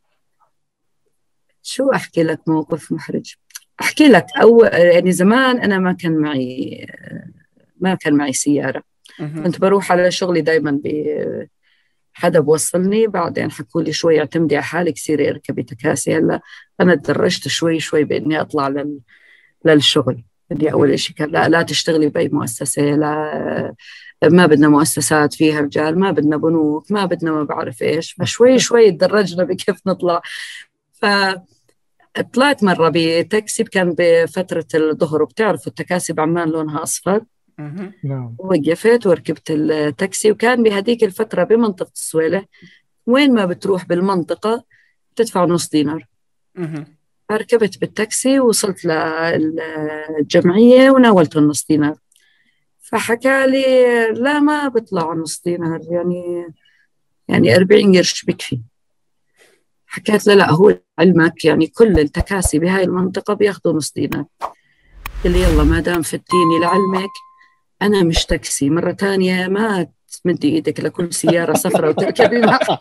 S2: شو أحكي لك موقف محرج؟ أحكي لك، أو يعني زمان أنا ما كان معي سيارة. كنت بروح على شغلي دايما حدا بوصلني، بعدين حكوا لي شوي اعتمدي على حالك، سيري اركبي تكاسي. هلا أنا تدرجت شوي شوي بإني أطلع للشغل. بدي أول إشي كان لا تشتغلي بأي مؤسسة، لا ما بدنا مؤسسات فيها رجال، ما بدنا بنوك، ما بدنا ما بعرف إيش. فشوي شوي تدرجنا بكيف نطلع. فطلعت مرة بتاكسي، كان بفترة الظهر، وبتعرفوا التكاسي بعمان لونها أصفر.
S1: نعم.
S2: وقفت وركبت التاكسي، وكان بهذيك الفترة بمنطقة السويلة، وين ما بتروح بالمنطقة تدفع نص دينار. ركبت بالتاكسي وصلت للجمعية وناولته النص دينار. فحكى لي لا، ما بطلع نص دينار، يعني 40 قرش بكفي. حكيت له لا، هو علمك يعني كل التكاسي بهاي المنطقة بياخدوا نص دينار. قال لي يلا ما دام فتيني لعلمك، أنا مش تاكسي، مرة تانية ما تمدي إيدك لكل سيارة صفراء وتركبي معها.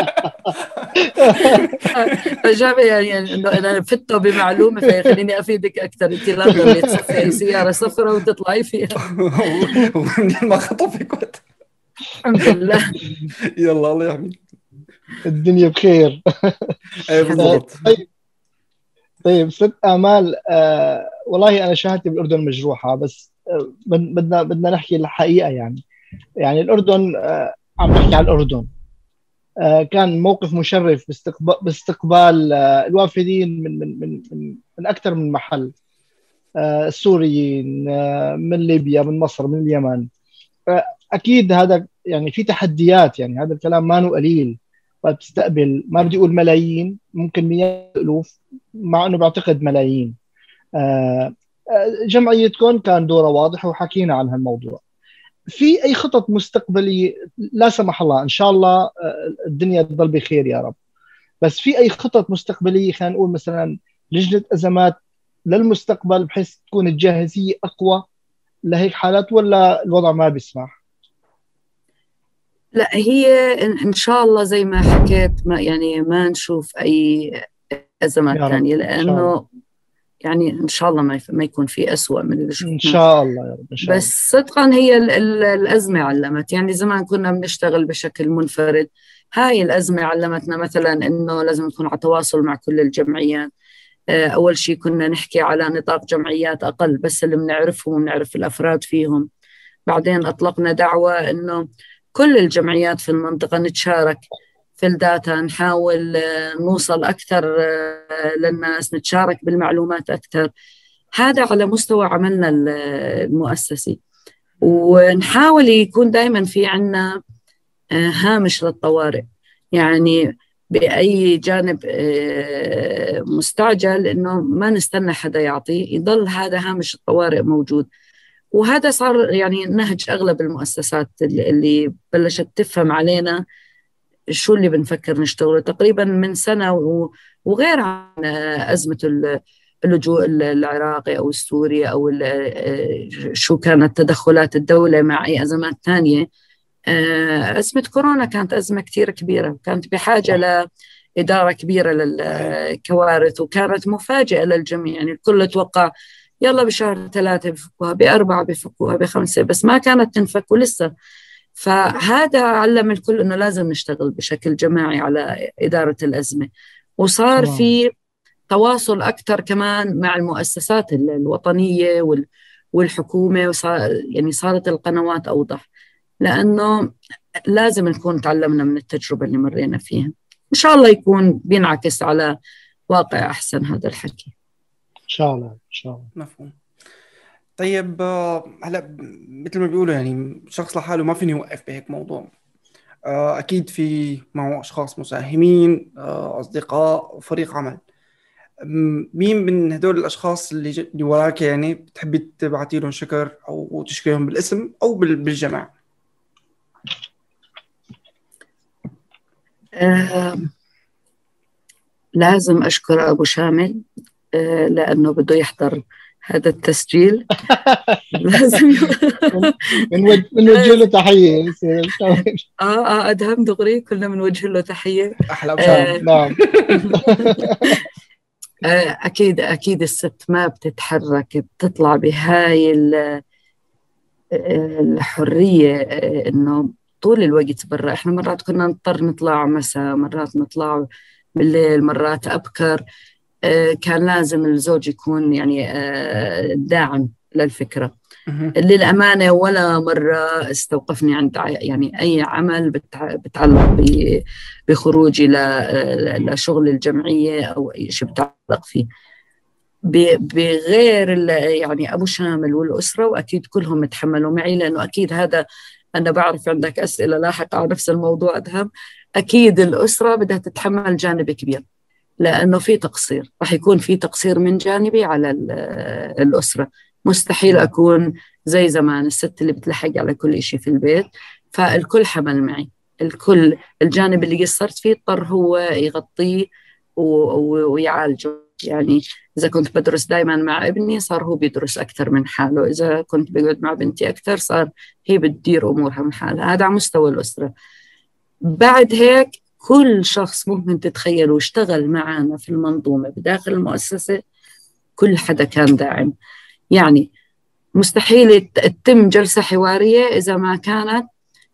S2: فجاب يعني إنه أنا فته بمعلومة فيخليني أفيدك أكثر. أنت لا تضلي تصفي أي سيارة صفراء وتطلعي فيها.
S3: ومنين ما خطفك وقت.
S2: الحمد لله.
S3: يلا الله يحميك.
S1: الدنيا بخير.
S3: ايه بالضبط.
S1: طيب ست آمال، والله أنا شهادتي بالأردن مجروحة، بس بدنا نحكي الحقيقة. يعني الأردن، عم نحكي عن الأردن. كان موقف مشرف باستقبال الوافدين من أكثر من محل. السوريين، من ليبيا، من مصر، من اليمن. أكيد هذا يعني في تحديات، يعني هذا الكلام ما هو قليل. بتستقبل، ما بدي أقول ملايين، ممكن مئات الألوف، مع أنه بعتقد ملايين. جمعيتكم كان دورها واضح وحكينا عن هالموضوع. في أي خطط مستقبلية؟ لا سمح الله، إن شاء الله الدنيا تضل بخير يا رب. بس في أي خطط مستقبلية، خلينا نقول مثلا لجنة أزمات للمستقبل، بحيث تكون الجاهزية أقوى لهيك حالات، ولا الوضع ما بيسمح؟
S2: لا، هي إن شاء الله زي ما حكيت، ما نشوف أي أزمات
S1: يا رب
S2: تانية،
S1: إن شاء الله.
S2: لأنه يعني إن شاء الله ما يكون في أسوأ من اللي
S1: إن
S2: شفناه.
S1: شاء الله يا رب إن شاء الله.
S2: بس صدقا هي الأزمة علمت، يعني زمان كنا بنشتغل بشكل منفرد، هاي الأزمة علمتنا مثلا إنه لازم نكون على تواصل مع كل الجمعيات. أول شيء كنا نحكي على نطاق جمعيات أقل، بس اللي بنعرفهم وبنعرف الأفراد فيهم. بعدين أطلقنا دعوة إنه كل الجمعيات في المنطقة نتشارك في الداتا، نحاول نوصل أكثر للناس، نتشارك بالمعلومات أكثر. هذا على مستوى عملنا المؤسسي. ونحاول يكون دائما في عنا هامش للطوارئ، يعني بأي جانب مستعجل إنه ما نستنى حدا يعطي، يضل هذا هامش الطوارئ موجود. وهذا صار يعني نهج أغلب المؤسسات اللي بلشت تفهم علينا شو اللي بنفكر نشتغله تقريبا من سنة. وغير عن أزمة اللجوء العراقي أو السوري أو شو كانت تدخلات الدولة مع أي أزمات ثانية. أزمة كورونا كانت أزمة كتير كبيرة، كانت بحاجة لإدارة كبيرة للكوارث، وكانت مفاجئة للجميع. يعني الكل توقع يلا بشهر 3 بفكوها، ب4 بفكوها، ب5، بس ما كانت تنفك ولسه. فهذا علم الكل إنه لازم نشتغل بشكل جماعي على إدارة الأزمة. وصار
S1: تمام.
S2: في تواصل أكثر كمان مع المؤسسات الوطنية والحكومة، يعني صارت القنوات أوضح، لأنه لازم نكون تعلمنا من التجربة اللي مرينا فيها. إن شاء الله يكون بينعكس على واقع أحسن هذا الحكي.
S1: إن شاء الله إن شاء الله.
S3: مفهوم. طيب هلا مثل ما بيقولوا يعني شخص لحاله ما فيني يوقف بهيك موضوع. أكيد في معه أشخاص مساهمين، أصدقاء وفريق عمل. مين من هدول الأشخاص اللي وراك يعني بتحبي تبعتي لهم شكر أو تشكرهم بالاسم أو بالجمع؟
S2: لازم أشكر أبو شامل لأنه بده يحضر هذا التسجيل. لازم
S1: بنوجه له تحية.
S2: أدهم دغري كلنا بنوجه له تحية.
S3: أحلى أبو شامل.
S1: نعم.
S2: أكيد الست ما بتتحرك بتطلع بهاي الحرية، إنه طول الوقت برا. إحنا مرات كنا نضطر نطلع مساء، مرات نطلع بالليل، مرات أبكر. كان لازم الزوج يكون يعني داعم للفكرة. للأمانة ولا مرة استوقفني عند يعني أي عمل بتعلق بخروجي لشغل الجمعية أو أي شيء بتعلق فيه، بغير يعني أبو شامل والأسرة. وأكيد كلهم يتحملوا معي، لأنه أكيد هذا أنا بعرف عندك أسئلة لاحقة على نفس الموضوع أدهم. أكيد الأسرة بدها تتحمل جانب كبير، لأنه في تقصير، رح يكون في تقصير من جانبي على الأسرة. مستحيل أكون زي زمان الست اللي بتلحق على كل إشي في البيت، فالكل حمل معي. الكل الجانب اللي قصرت فيه اضطر هو يغطيه ويعالجه. يعني إذا كنت بدرس دايما مع ابني صار هو بيدرس أكثر من حاله، إذا كنت بقعد مع بنتي أكثر صار هي بتدير أمورها من حالها. هذا على مستوى الأسرة. بعد هيك كل شخص ممكن تتخيله اشتغل معنا في المنظومة بداخل المؤسسة، كل حدا كان داعم. يعني مستحيل تتم جلسة حوارية إذا ما كانت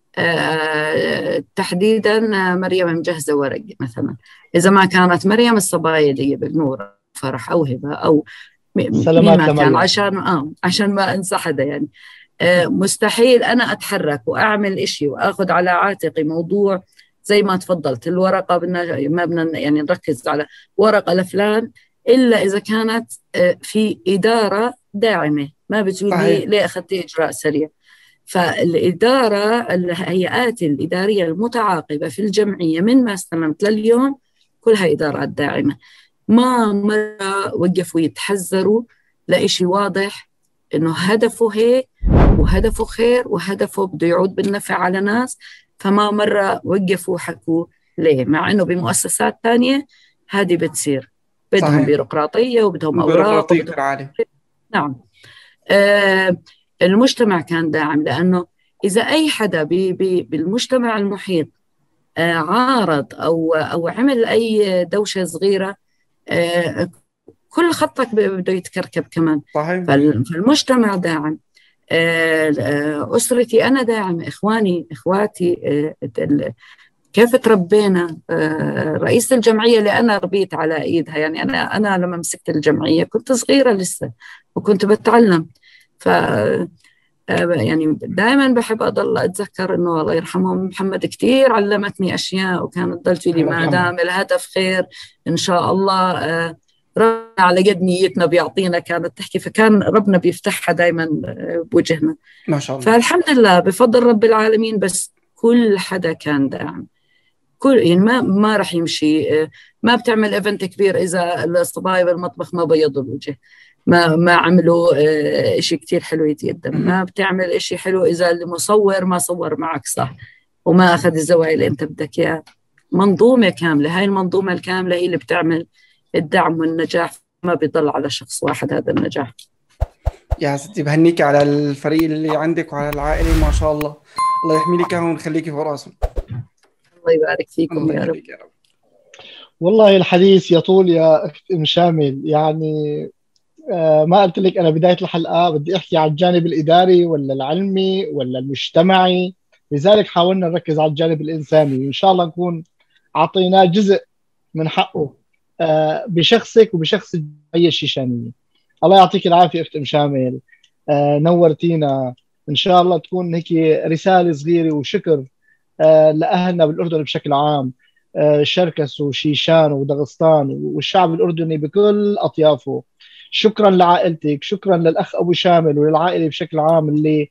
S2: تحديدا مريم مجهزة ورق مثلا، إذا ما كانت مريم الصبايا بنور فرح أو هبة أو مين ما كان، عشان ما أنسى حدا. يعني مستحيل أنا أتحرك وأعمل إشي وأخذ على عاتقي موضوع زي ما تفضلت الورقة. ما بدنا يعني نركز على ورقة لفلان إلا إذا كانت في إدارة داعمة ما بتقولي ليه أخذت إجراء سريع. فالإدارة، الهيئات الإدارية المتعاقبة في الجمعية من ما استلمت لليوم كلها إدارات داعمة. ما مرة وقفوا يتحذروا لإشي واضح إنه هدفه هيك وهدفه خير وهدفه بده يعود بالنفع على ناس. فما مرة وقفوا وحكوا ليه، مع إنه بمؤسسات تانية هذه بتصير بدهم بيروقراطية وبدهم أوراق
S3: عالي.
S2: نعم. المجتمع كان داعم، لأنه إذا أي حدا بالمجتمع المحيط عارض أو عمل أي دوشة صغيرة كل خطك بده يتكركب كمان.
S3: صحيح.
S2: فالمجتمع داعم، أسرتي أنا داعم، إخواتي كيف تربينا. رئيس الجمعية اللي أنا ربيت على إيدها، يعني أنا لما مسكت الجمعية كنت صغيرة لسه وكنت بتعلم. يعني دائما بحب أضل أتذكر إنه الله يرحمهم محمد كتير علمتني أشياء، وكانت تضل تقول لي ما دام الهدف خير إن شاء الله ربنا على قد نيتنا بيعطينا، كانت تحكي. فكان ربنا بيفتحها دائما بوجهنا
S3: ما شاء الله.
S2: فالحمد لله بفضل رب العالمين. بس كل حدا كان داعم، يعني ما رح يمشي. ما بتعمل إيفنت كبير إذا الصبايا بالمطبخ ما بيضوا الوجه، ما عملوا إشي كتير حلو يتقدم. ما بتعمل إشي حلو إذا المصور ما صور معك صح وما أخذ الزوايا اللي أنت بدك إياها. منظومة كاملة، هاي المنظومة الكاملة هي اللي بتعمل الدعم والنجاح، ما بيضل على شخص واحد هذا النجاح.
S3: يا ستي بهنيك على الفريق اللي عندك وعلى العائلة، ما شاء الله. الله يحمي لك ونخليكي فوق راسهم.
S2: الله يبارك فيكم يا رب.
S1: والله الحديث يطول يا أخت أم شامل. يعني ما قلت لك أنا بداية الحلقة بدي أحكي على الجانب الإداري ولا العلمي ولا المجتمعي، لذلك حاولنا نركز على الجانب الإنساني، وإن شاء الله نكون عطيناه جزء من حقه بشخصك وبشخص الجمعية الشيشانية. الله يعطيك العافية أخت أم شامل، نورتينا. إن شاء الله تكون هيك رسالة صغيرة وشكر لأهلنا بالأردن بشكل عام، شركس وشيشان ودغستان والشعب الأردني بكل أطيافه. شكرا لعائلتك، شكرا للأخ أبو شامل وللعائلة بشكل عام اللي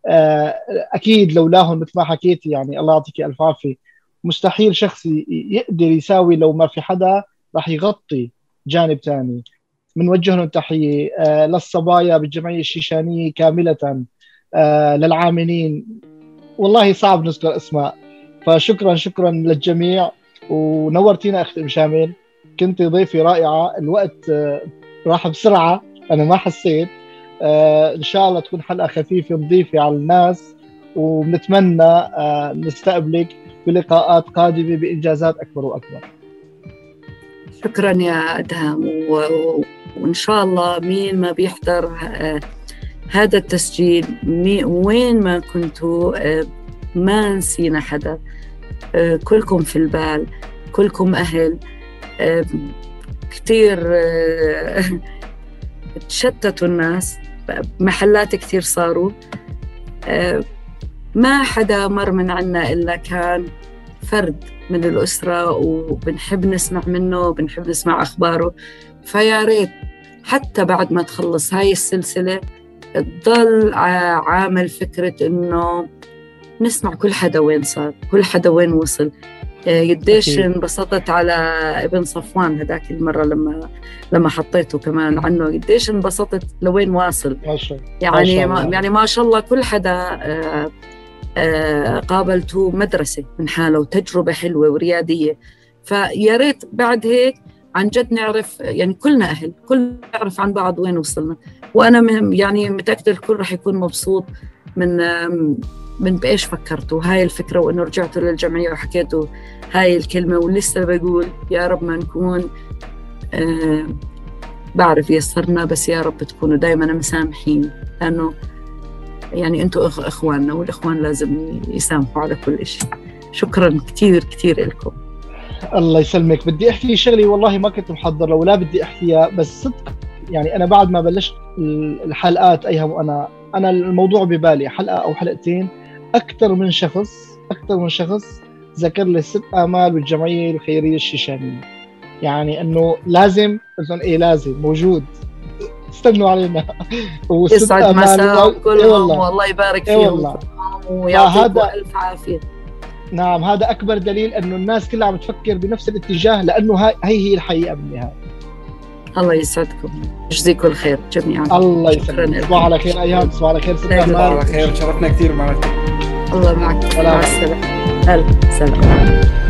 S1: اكيد لولاهم مثل ما حكيتي يعني الله يعطيك الف عافيه، مستحيل شخص يقدر يساوي لو ما في حدا راح يغطي جانب ثاني. بنوجه لهم تحيه للصبايا بالجمعيه الشيشانيه كامله، للعاملين، والله صعب نذكر اسماء. فشكرا شكرا للجميع، ونورتينا اخت ام شامل، كنت ضيفي رائعه. الوقت راح بسرعه انا ما حسيت. ان شاء الله تكون حلقه خفيفه نضيفه على الناس، ونتمنى نستقبلك بلقاءات قادمه بانجازات اكبر واكبر.
S2: شكرا يا ادهم، وان شاء الله مين ما بيحضر هذا التسجيل وين ما كنتوا ما نسينا حدا، كلكم في البال، كلكم أهل. كتير تشتتوا الناس، محلات كتير صاروا، ما حدا مر من عنا إلا كان فرد من الأسرة، وبنحب نسمع منه وبنحب نسمع أخباره. فيا ريت حتى بعد ما تخلص هاي السلسلة تضل عامل فكرة إنه نسمع كل حدا وين صار، كل حدا وين وصل. قديش انبسطت على ابن صفوان هذاك المرة لما حطيته كمان عنه، قديش انبسطت لوين واصل. يعني ما شاء الله كل حدا قابلته مدرسة من حاله وتجربة حلوة وريادية. فيا ريت بعد هيك عن جد نعرف، يعني كلنا أهل، كلنا نعرف عن بعض وين وصلنا. وأنا يعني متأكدة الكل رح يكون مبسوط من بإيش فكرتوا هاي الفكرة، وإنه رجعتوا للجمعية وحكيتوا هاي الكلمة. ولسه بقول يا رب ما نكون بعرف يسرنا، بس يا رب تكونوا دايما مسامحين، لأنه يعني أنتوا إخواننا، والإخوان لازم يسامحوا على كل شيء. شكرا كتير كتير لكم.
S1: الله يسلمك. بدي أحكي شغلي والله ما كنت محضر ولا بدي أحكيها، بس صدق يعني أنا بعد ما بلشت الحلقات أيهم، وأنا الموضوع ببالي حلقة أو حلقتين، أكثر من شخص ذكر لي ست آمال والجمعية الخيرية الشيشانية. يعني إنه لازم، قلت لهم إيه لازم موجود، استنوا علينا.
S2: يسعد مساء كلهم، والله يبارك فيهم ويعطيكم ألف عافية.
S1: نعم، هذا أكبر دليل إنه الناس كلها عم تفكر بنفس الاتجاه، لأنه هي الحقيقة بالنهاية.
S2: الله يسعدكم، يجزيكم الخير جميعا.
S1: الله يسعدك. تصبحوا على خير أيام، تصبحوا على خير.
S3: تصبحوا على خير، شرفنا كثير معك.
S2: الله معك. مع السلامة. سلام.